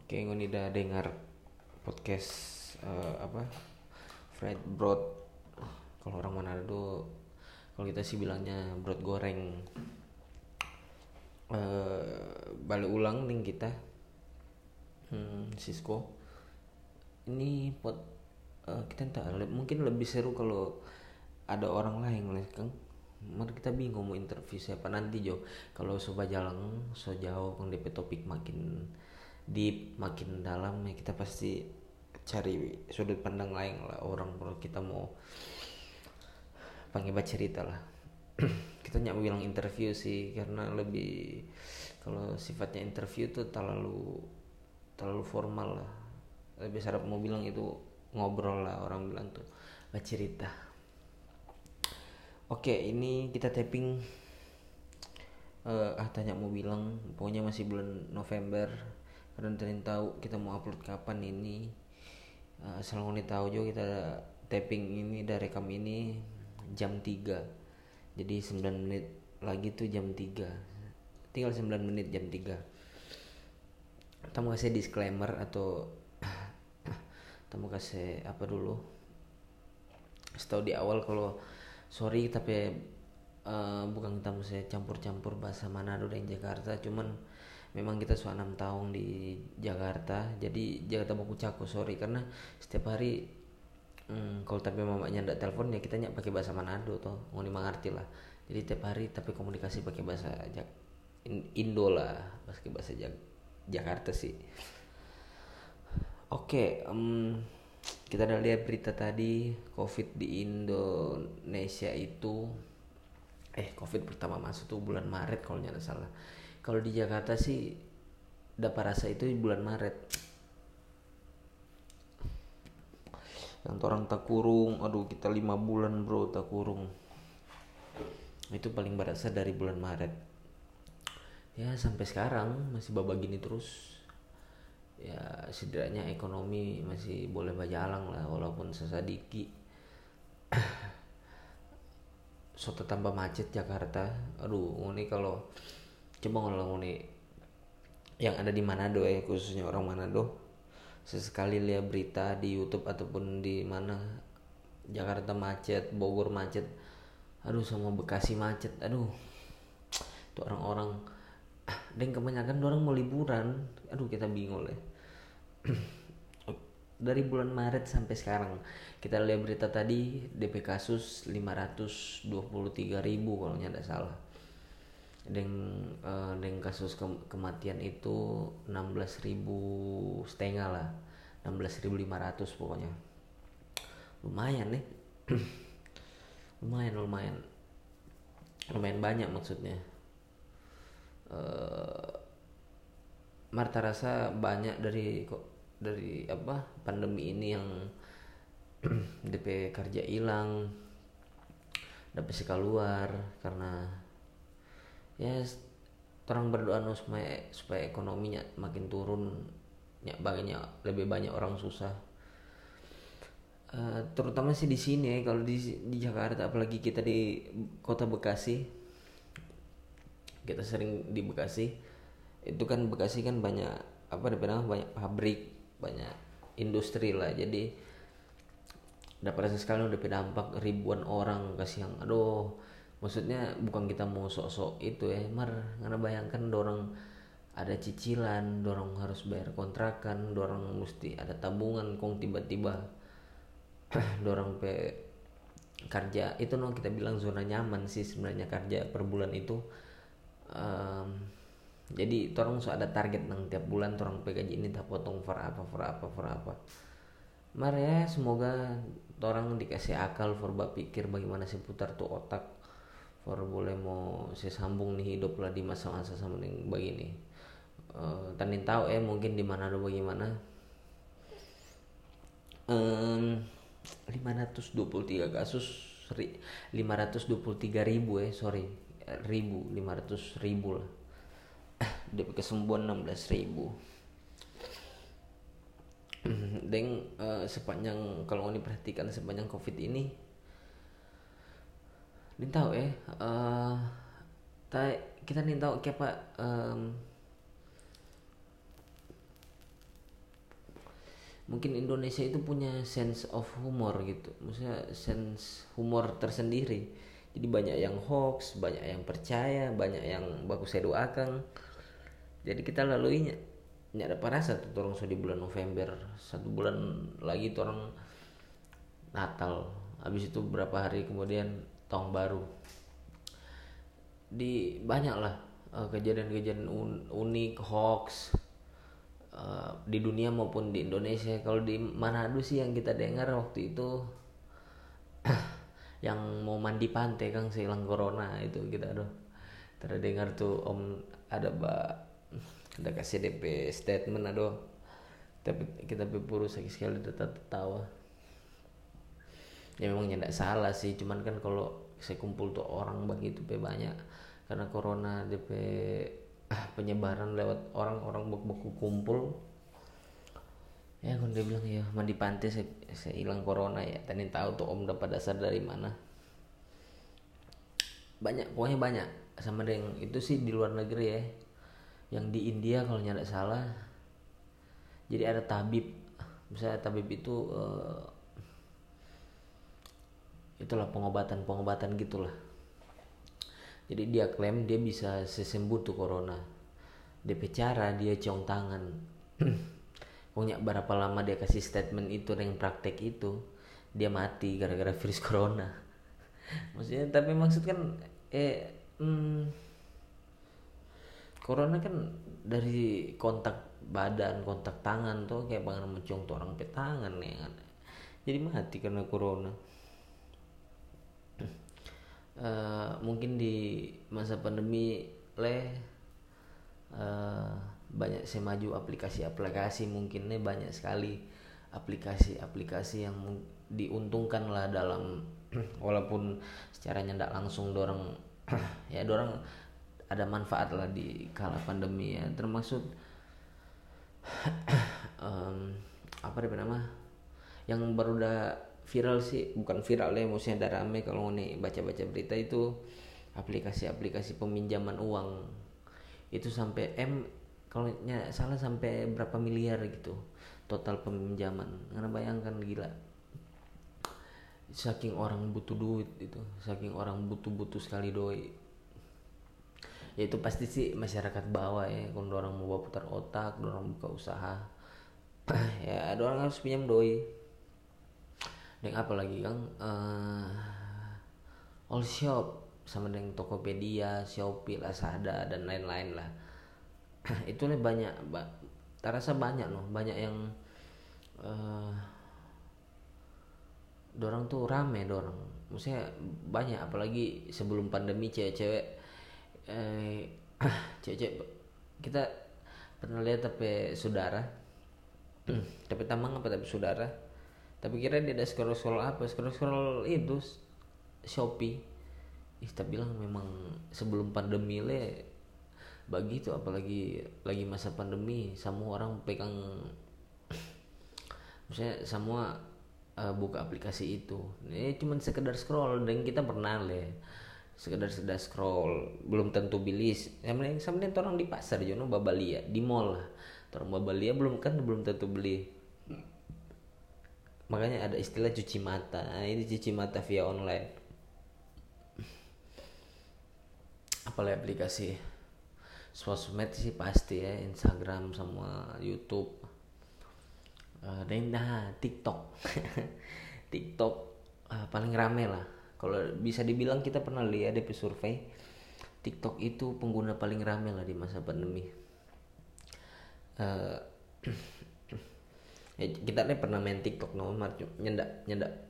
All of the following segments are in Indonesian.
Kayak gue udah dengar podcast apa fried broad. Kalau orang Manado, kalau kita sih bilangnya broad goreng. Balik ulang nih kita, Cisco. Ini kita entah mungkin lebih seru kalau ada orang lain lah Kang. Mari kita bingung mau interview siapa nanti Jo. Kalau soba jalan so jauh Kang DP topik makin deep, makin dalam ya kita pasti cari sudut pandang lain lah orang kalau kita mau panggil cerita lah. Kita nyak bilang interview sih karena lebih kalau sifatnya interview tuh terlalu formal lah. Lebih sarap mau bilang itu ngobrol lah, orang bilang tuh cerita. Oke, ini kita tapping tanya mau bilang pokoknya masih bulan November karena kalian tahu kita mau upload kapan ini. Asal kalian tahu juga kita tapping ini dari rekam ini jam 3. Jadi 9 menit lagi tuh jam 3. Tinggal 9 menit jam 3. Kita mau kasih disclaimer atau kita mau kasih apa dulu? Setahu di awal kalau sorry tapi bukan kita mesti campur-campur bahasa Manado dan Jakarta, cuman memang kita sudah 6 tahun di Jakarta, jadi Jakarta Baku Cako, sorry karena setiap hari kalau tapi mamanya ndak telepon ya kita nyak pakai bahasa Manado toh, mau dimengerti lah. Jadi tiap hari tapi komunikasi pakai bahasa Indo lah, pakai bahasa Jakarta sih. Oke, kita udah lihat berita tadi COVID di Indonesia itu COVID pertama masuk tuh bulan Maret kalau nggak salah. Kalau di Jakarta sih dapat rasa itu di bulan Maret. Yang orang tak kurung, aduh kita 5 bulan bro tak kurung. Itu paling berasa dari bulan Maret. Ya sampai sekarang masih babak gini terus. Ya setidaknya ekonomi masih boleh berjalan lah walaupun sesadiki. Soto tambah macet Jakarta. Aduh, ini kalau coba kalau ini yang ada di Manado khususnya orang Manado, sesekali lihat berita di YouTube ataupun di mana Jakarta macet, Bogor macet, aduh sama Bekasi macet, aduh tuh orang-orang dan kebanyakan orang mau liburan, aduh kita bingung lah. Dari bulan Maret sampai sekarang kita lihat berita tadi DP kasus 523.000 kalau tidak salah, dan kasus kematian itu 16.500 lah, 16.500 pokoknya. Lumayan nih. lumayan banyak maksudnya. Marta rasa banyak dari apa pandemi ini yang DP kerja hilang, dapat keluar karena ya orang berdoa supaya ekonominya makin turun, ya lebih banyak orang susah. Terutama sih di sini kalau di Jakarta, apalagi kita di kota Bekasi, kita sering di Bekasi itu kan, Bekasi kan banyak apa dibilang banyak pabrik, banyak industri lah, jadi dapat rasa sekali udah dampak ribuan orang kasihan. Aduh, maksudnya bukan kita mau sok-sok itu karena bayangkan dorong ada cicilan, dorong harus bayar kontrakan, dorong mesti ada tabungan, kong tiba-tiba dorong kerja itu kita bilang zona nyaman sih sebenarnya kerja per bulan itu. Jadi orang so ada target nang tiap bulan orang gaji ini tak potong for apa. Mari ya semoga orang dikasih akal for berpikir bagaimana sih putar tuh otak for boleh mau sambung nih hidup lah di masa-masa sama yang begini. Tanin tahu mungkin di mana ada bagaimana. 523 kasus, 523 ribu sorry, 500 ribu lah. DP kesembuhan 16.000. Dan sepanjang kalau mau diperhatikan sepanjang COVID ini, din tahu kita nih tahu kayak mungkin Indonesia itu punya sense of humor gitu, maksudnya sense humor tersendiri. Jadi banyak yang hoax, banyak yang percaya, banyak yang bagus saya doakan. Jadi kita laluinya nggak ada parasa tuh orang di bulan November, 1 bulan lagi tuh orang Natal, habis itu berapa hari kemudian tahun baru. Di banyak lah kejadian-kejadian unik hoax di dunia maupun di Indonesia. Kalau di Manado sih yang kita dengar waktu itu yang mau mandi pantai Kang sehilang corona itu kita terdengar tuh om ada ada kasih DP statement tapi kita puru sakit sekali tetap tertawa. Ya memang tidak salah sih, cuman kan kalau saya kumpul tuh orang begitu banyak karena corona DP penyebaran lewat orang-orang beku kumpul. Ya kan dia bilang ya mandi pantai saya hilang corona ya, tadi tahu tuh om dapat dasar dari mana. Banyak, pokoknya banyak. Sama dengan itu sih di luar negeri ya, yang di India kalau nyada salah, jadi ada tabib, misalnya tabib itu itulah pengobatan gitulah. Jadi dia klaim dia bisa sembuh tuh corona. DP cara dia ciong tangan. Pokoknya berapa lama dia kasih statement itu dengan praktek itu, dia mati gara-gara virus corona. Maksudnya tapi maksud kan corona kan dari kontak badan, kontak tangan tuh kayak banget mencium tuh orang petangan nih kan. Jadi mati karena corona. Mungkin di masa pandemi banyak saya maju aplikasi mungkin banyak sekali aplikasi yang diuntungkan lah dalam walaupun secaranya tidak langsung dorang ya dorang ada manfaat lah di kala pandemi ya, termasuk apa nama yang baru udah viral sih, bukan viral ya, maksudnya udah rame kalau nih baca-baca berita itu aplikasi peminjaman uang itu sampai kalau salah sampai berapa miliar gitu total peminjaman. Karena bayangkan gila, saking orang butuh duit itu, saking orang butuh sekali doi. Ya itu pasti sih masyarakat bawah ya, kalau orang mau putar otak, orang buka usaha ya ada orang harus pinjam doi. Dan apa lagi Kang, all shop sama dengan Tokopedia, Shopee, Lazada dan lain-lain lah. Itu banyak, terasa banyak loh, banyak yang dorang tuh rame dorang, maksudnya banyak, apalagi sebelum pandemi cewek-cewek kita pernah lihat tapi saudara tapi tamang apa tapi saudara, tapi kira dia ada scroll itu Shopee. Kita bilang memang sebelum pandemi begitu, apalagi lagi masa pandemi semua orang pegang maksudnya semua buka aplikasi itu. Ini cuman sekedar scroll dan kita pernah sekedar scroll belum tentu beli. Sama orang di pasar jono babalia di mall lah, orang babalia belum tentu beli. Makanya ada istilah cuci mata. Nah, ini cuci mata via online. Apalagi aplikasi sosmed sih pasti ya, Instagram sama YouTube. Dan TikTok. TikTok paling rame lah. Kalau bisa dibilang kita pernah lihat di survei, TikTok itu pengguna paling rame lah di masa pandemi. Ya, kita pernah main TikTok nomor nyendak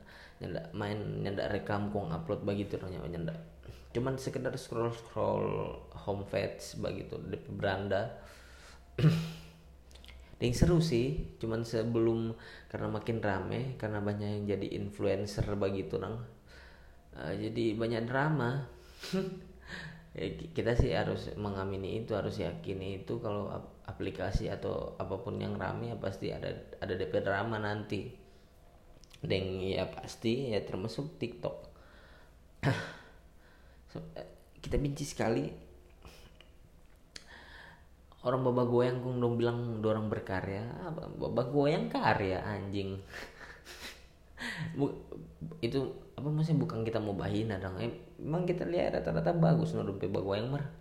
rekam kong upload begitu nyendak. Cuman sekedar scroll home page begitu di beranda. Yang seru sih, cuman sebelum karena makin rame karena banyak yang jadi influencer begitu jadi banyak drama. Ya, kita sih harus mengamini itu, harus yakini itu kalau aplikasi atau apapun yang rame ya pasti ada DP drama nanti. Dan ya pasti ya termasuk TikTok. Kita benci sekali orang baba goyang kung dong bilang dorang berkarya, apa baba goyang karya anjing. Bu- itu apa maksudnya, bukan kita mau bahina dong, emang kita lihat rata-rata bagus no dompet baba goyang mar.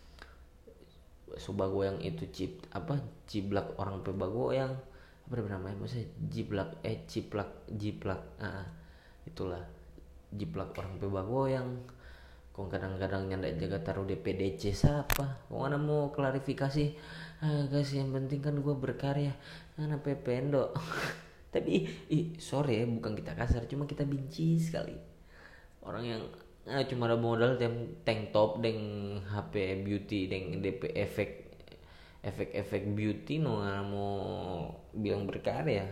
Soba goyang itu apa ciblak orang peba goyang, apa namanya maksudnya jiblak ciplak jiplak, itulah jiplak orang peba goyang. Kok kadang-kadang nyanda jaga taruh DPDC siapa, kok mana mau klarifikasi, guys yang penting kan gue berkarya, anak pependo. Tapi sorry ya, bukan kita kasar, cuma kita benci sekali orang yang cuma ada modal tank top deng HP beauty deng DP efek beauty no mau bilang berkarya.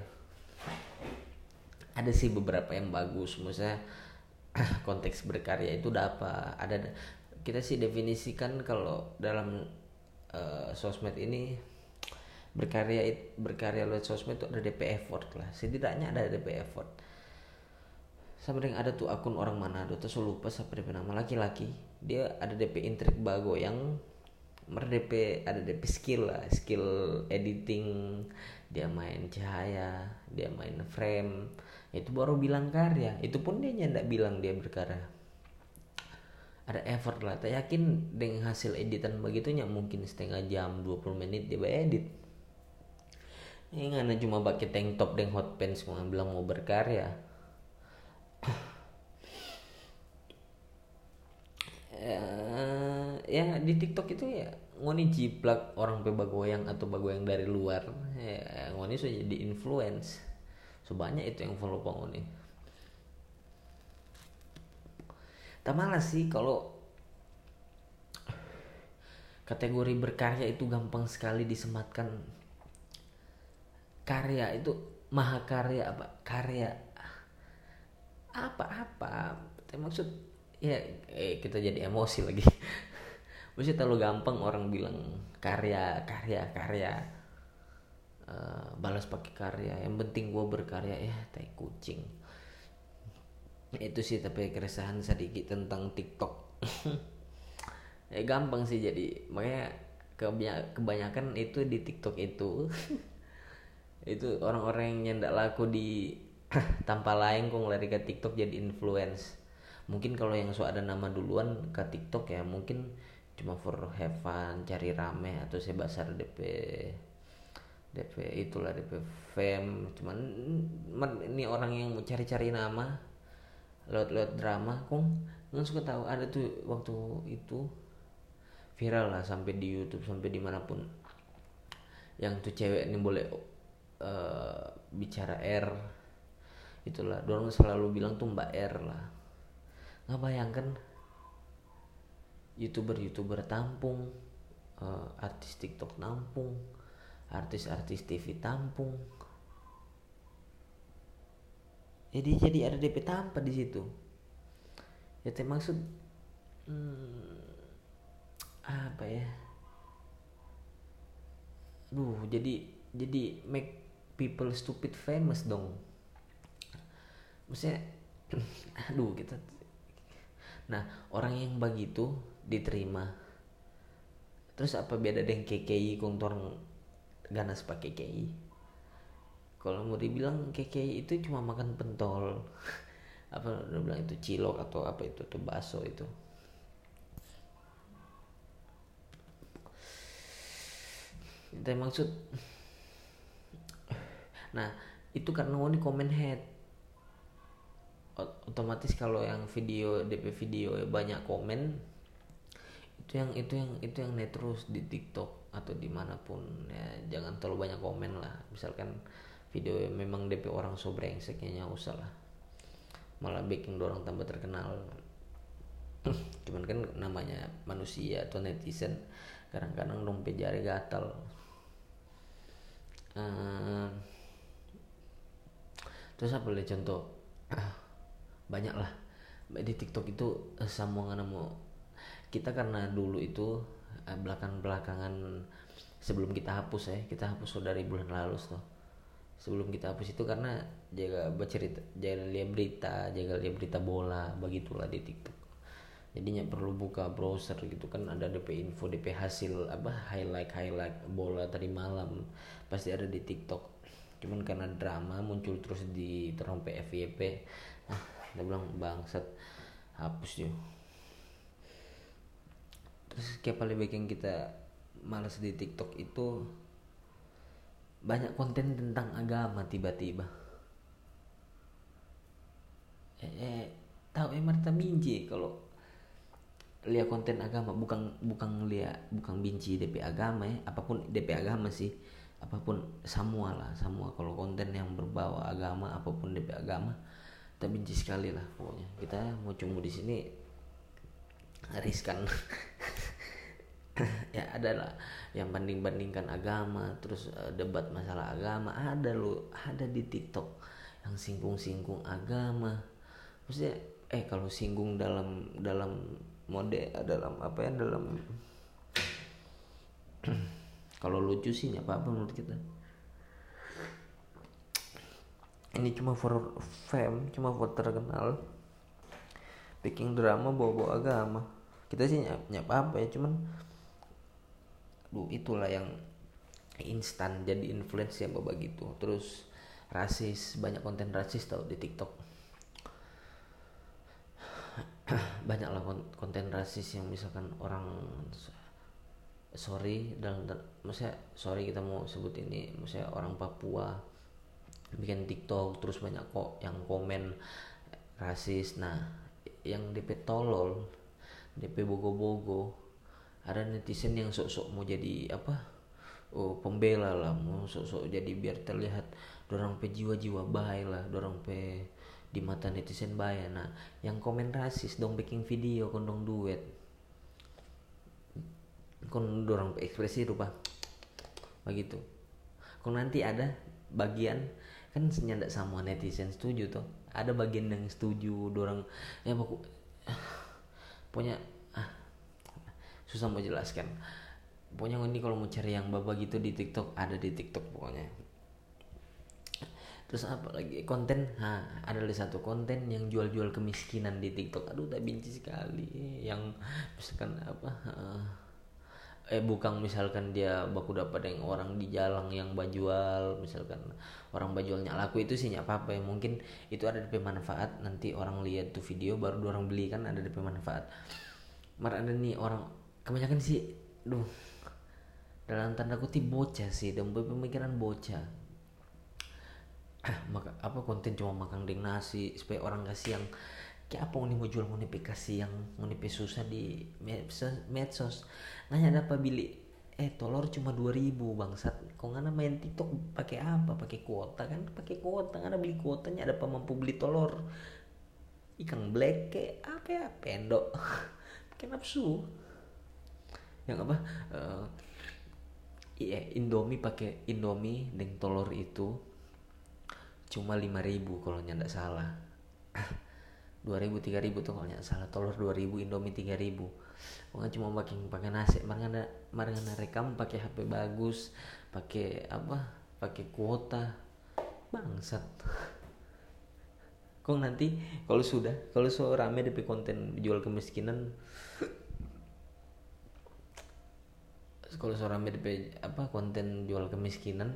Ada sih beberapa yang bagus, maksudnya konteks berkarya itu udah apa, ada kita sih definisikan kalau dalam sosmed ini berkarya lewat sosmed itu ada DP effort lah, setidaknya ada DP effort. Sama dengan ada tuh akun orang Manado tuh, saya lupa siapa DP nama, laki-laki, dia ada DP intrik bago yang DP ada DP skill lah, skill editing, dia main cahaya, dia main frame, itu baru bilang karya. Itu pun dia nggak bilang dia berkarya, ada effort lah. Tak yakin dengan hasil editan begitunya mungkin setengah jam 20 menit dia edit. Ini ngana cuma pakai tank top dan hot pants mau bilang mau berkarya. Ya di TikTok itu ya ngoni jiplak orang pe bagoyang atau bagoyang dari luar, ya ngoni sudah jadi influence, sebanyak itu yang follow pak ngoni. Tak malas sih kalau kategori berkarya itu gampang sekali disematkan. Karya itu mahakarya, apa karya apa maksud ya, kita jadi emosi lagi. Maksudnya terlalu gampang orang bilang karya karya karya, balas pakai karya, yang penting gue berkarya, ya tai kucing. Itu sih tapi keresahan sedikit tentang TikTok. Ya gampang sih, jadi makanya kebanyakan itu di TikTok itu itu orang-orang yang nyendak laku di tanpa lain kok lari ke TikTok jadi influence. Mungkin kalau yang so ada nama duluan ke TikTok ya mungkin cuma for have fun, cari rame, atau sebasar DP itulah DP fame. Cuman ini orang yang mau cari-cari nama lewat drama kong nggak suka tahu. Ada tuh waktu itu viral lah sampai di YouTube sampai dimanapun, yang tuh cewek ini boleh bicara R, itulah dorong selalu bilang tuh Mbak R lah. Nggak bayangkan youtuber tampung, artis TikTok tampung, artis-artis TV tampung, jadi ada DP tanpa di situ. Ya maksud apa ya, jadi make people stupid famous dong, maksudnya. Kita nah orang yang begitu diterima, terus apa beda dengan KKI kong torang ganas pakai KKI. Kalau mau dibilang KKI itu cuma makan pentol apa udah bilang itu cilok atau apa itu tuh bakso itu. Itu maksud. Nah itu karena ini komen head, otomatis kalau yang video DP video banyak komen, itu yang net terus di TikTok atau dimanapun ya. Jangan terlalu banyak komen lah, misalkan video memang DP orang so brengseknya usah lah, malah bikin dorang tambah terkenal. Cuman kan namanya manusia atau netizen kadang-kadang dompet jari gatal. Terus apa boleh contoh, banyak lah di TikTok itu sambungan mau kita, karena dulu itu belakangan sebelum kita hapus dari bulan lalu tuh. Sebelum kita hapus itu karena jaga lihat berita bola begitulah di TikTok. jadinya perlu buka browser gitu kan, ada DP info, DP hasil apa, highlight bola tadi malam pasti ada di TikTok. Cuman karena drama muncul terus di terompe FYP, dia bilang bangsat, hapus yuk. Terus kayak paling baik yang kita malas di TikTok itu banyak konten tentang agama tiba-tiba. Tahu Marta Binci kalau lihat konten agama, bukan benci DP agama ya, apapun DP agama sih, apapun semua kalau konten yang berbau agama apapun DP agama kita benci sekali lah pokoknya. Kita mau cuma di sini riskan. Ya ada lah yang bandingkan agama, terus debat masalah agama, ada di TikTok yang singgung agama. Maksudnya kalau singgung dalam mode, dalam apa ya, dalam kalau lucu sih nggak apa-apa menurut kita. Ini cuma for fame, cuma for terkenal, bikin drama bawa agama. Kita sih nggak apa-apa ya, cuman itulah yang instan jadi influence ya bawa gitu. Terus rasis, banyak konten rasis tau di TikTok. Banyaklah konten rasis yang misalkan orang maksudnya sorry kita mau sebut ini, maksudnya orang Papua bikin TikTok terus banyak kok yang komen rasis. Nah yang DP tolol, DP bogo-bogo, ada netizen yang sok-sok mau jadi apa, pembela lah, mau sok-sok jadi biar terlihat dorang pe jiwa-jiwa baik lah, dorang pe di mata netizen baik. Nah yang komen rasis dong bikin video kondong duet, kon dorang pe ekspresi rupa begitu. Kon nanti ada bagian kan senyandak sama netizen setuju toh, ada bagian yang setuju dorang ya pokoknya susah mau jelaskan. Pokoknya ini kalau mau cari yang baba gitu di TikTok, ada di TikTok pokoknya. Terus apa lagi konten, ada satu konten yang jual-jual kemiskinan di TikTok. Aduh tak benci sekali. Yang misalkan apa, bukan misalkan dia baku dapat yang orang di jalan yang bajual, misalkan orang bajualnya laku, itu sih nggak apa-apa ya, mungkin itu ada DP manfaat, nanti orang lihat tuh video baru orang beli kan, ada DP manfaat. Mar ada nih orang kebanyakan sih, dalam tanda kutip bocah sih, dan pemikiran bocah. Maka apa konten cuma makan deng nasi supaya orang kasih yang kayak apa nih, mau jual kasih yang susah di medsos. Nanya apa beli telur cuma 2.000 bangsat. Kok ngana main TikTok pakai apa? Pakai kuota kan? Pakai kuota, ngana beli kuotanya ada apa mampu beli telur ikan black kayak apa ya, pendok. Pakai nafsu. Yang apa? Indomie, pakai Indomie dengan telur itu cuma 5.000 kalau nggak salah. 2.000 3.000 tuh kalau nggak salah, telur 2.000, Indomie 3.000. Nggak cuma pakai nasi, marangana rekam pakai HP bagus, pakai apa, pakai kuota, bangsat. Kok nanti kalau so rame DP konten jual kemiskinan, kalau so rame DP apa konten jual kemiskinan,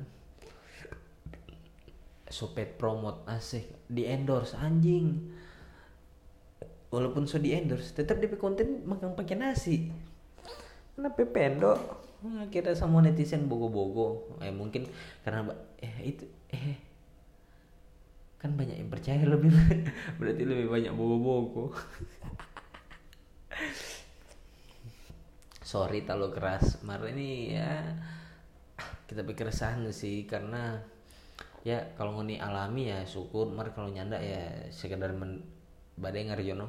sopet promote asik di endorse anjing, walaupun so di endorse tetap DP konten makan pakai nasi. Kenapa pendok? Kira sama netizen bogo-bogo. Mungkin karena itu kan banyak yang percaya lebih berarti lebih banyak bogo-bogo. Sorry terlalu keras. Mar ini ya kita pikir keresahan sih, karena ya kalau ngoni alami ya syukur, mar kalau nyanda ya sekedar badai ngarjono.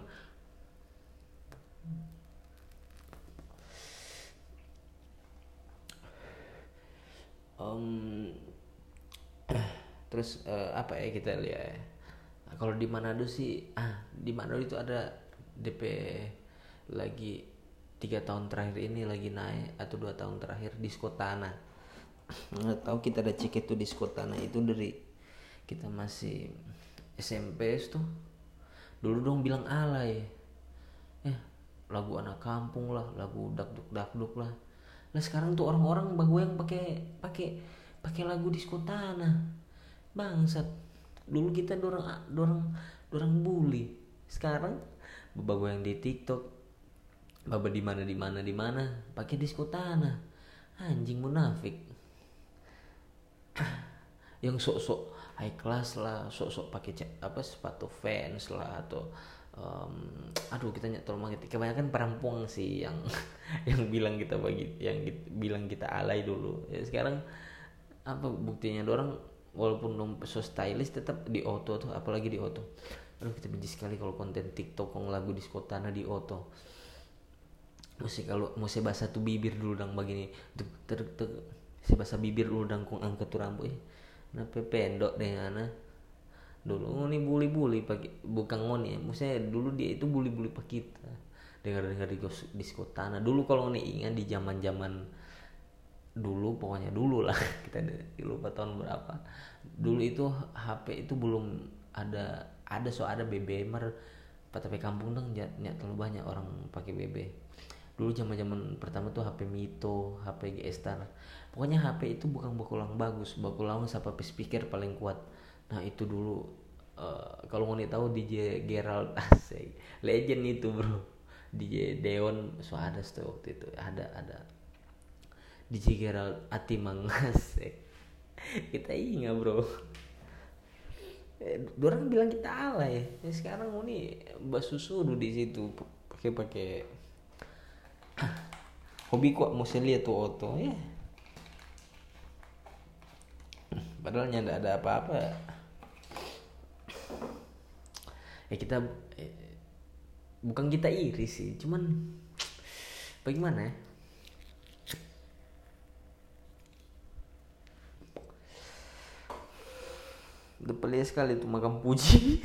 Terus apa ya kita lihat, kalau di Manado sih, di Manado itu ada DP lagi 3 tahun terakhir ini lagi naik, atau 2 tahun terakhir, Disco Tanah. Nggak tahu, kita ada cek itu Disco Tanah itu dari kita masih SMP tuh. Dulu dong bilang alay, lagu anak kampung lah, lagu dakduk dakduk lah. Nah sekarang tuh orang-orang bagu yang pakai pakai pakai lagu disko tanah. Bangsat. Dulu kita dorang dorang dorang bully. Sekarang bagu yang di TikTok, baba di mana pakai disko tanah. Anjing munafik. Yang sok-sok high class lah, sok-sok pakai sepatu Vans lah atau aduh kita nyetol banget kebanyakan perempuan sih yang yang bilang kita bilang kita alay dulu ya. Sekarang apa buktinya orang walaupun so stylish tetap di auto tuh, apalagi di auto. Aduh kita benci sekali kalau konten TikTok kong lagu di skotana di auto. Mesti bahasa tuh bibir dulu dang begini tek si bahasa bibir dulu dang kong angkat tuh rambut kenapa pendok dengan dulu ini bully pakai bukan ngoni ya, maksudnya dulu dia itu bully pak kita dengar di skotana dulu. Kalau ngoni ingat di zaman dulu, pokoknya dulu lah kita lupa tahun berapa dulu itu HP itu belum ada BBM tapi kampung dong nyak terlalu banyak orang pakai BB. Dulu zaman pertama tuh HP Mito, HP G-Star. Pokoknya HP itu bukan bakulang bagus, bakulang sama speaker paling kuat. Nah itu dulu kalau mau tahu DJ Gerald asik, legend itu bro. DJ Deon so ada waktu itu ada DJ Gerald Atimang asik. Kita ingat bro. Orang bilang kita alay ya. Sekarang ini basusu di situ pakai hobi kok mau lihat tuh auto ya. Padahal nggak ada apa-apa ya. Kita bukan kita iri sih, cuman bagaimana ya, udah pelik sekali tuh makan puji.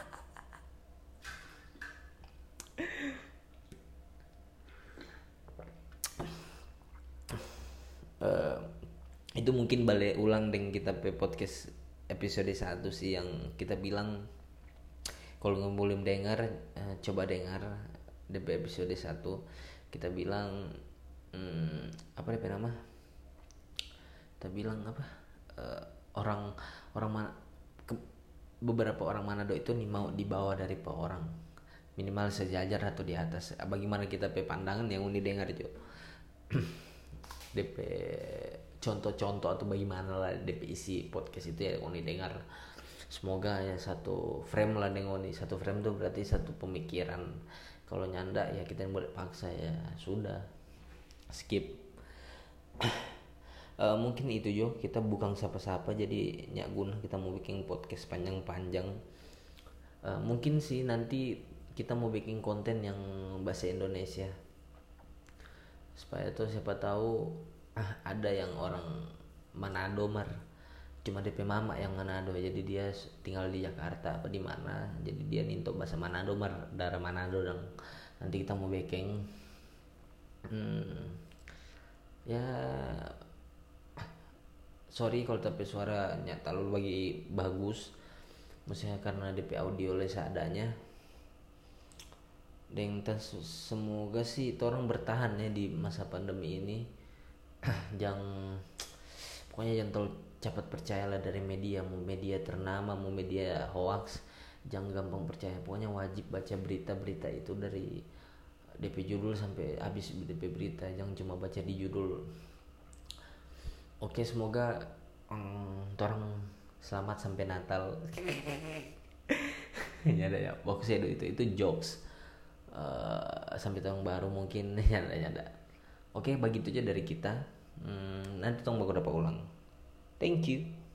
Itu mungkin balik ulang dengan kita podcast episode 1 sih yang kita bilang kalau nggak boleh dengar coba dengar DP episode 1 kita bilang apa DP nama kita bilang apa orang mana beberapa orang Manado itu nih mau dibawa dari orang minimal sejajar atau di atas. Bagaimana kita pandangan yang uni dengar jo DP contoh-contoh atau bagaimana lah DP isi podcast itu ya uni dengar. Semoga ya satu frame lah dengan uni. Satu frame tuh berarti satu pemikiran. Kalau nyanda ya kita boleh paksa ya sudah skip. Mungkin itu jo, kita bukan siapa-siapa jadi nyak guna kita mau bikin podcast panjang-panjang. Mungkin sih nanti kita mau bikin konten yang bahasa Indonesia supaya tuh siapa tahu ada yang orang Manado cuma DP mama yang Manado, jadi dia tinggal di Jakarta apa di mana, jadi dia nintok bahasa Manado darah Manado dong. Nanti kita mau bikin ya sorry kalau tapi suaranya terlalu bagi bagus, maksudnya karena DP audio les seadanya. Dan semoga sih orang bertahan ya di masa pandemi ini. Pokoknya jangan terlalu cepat percayalah dari media, mau media ternama mau media hoax, jangan gampang percaya. Pokoknya wajib baca berita-berita itu dari DP judul sampai habis DP berita, jangan cuma baca di judul. Oke, semoga orang selamat sampai Natal. Ya ada ya, box itu jokes. Sampai tahun baru mungkin nyada. Oke, bagi itu aja dari kita. Nanti tong bakal dapat ulang. Thank you.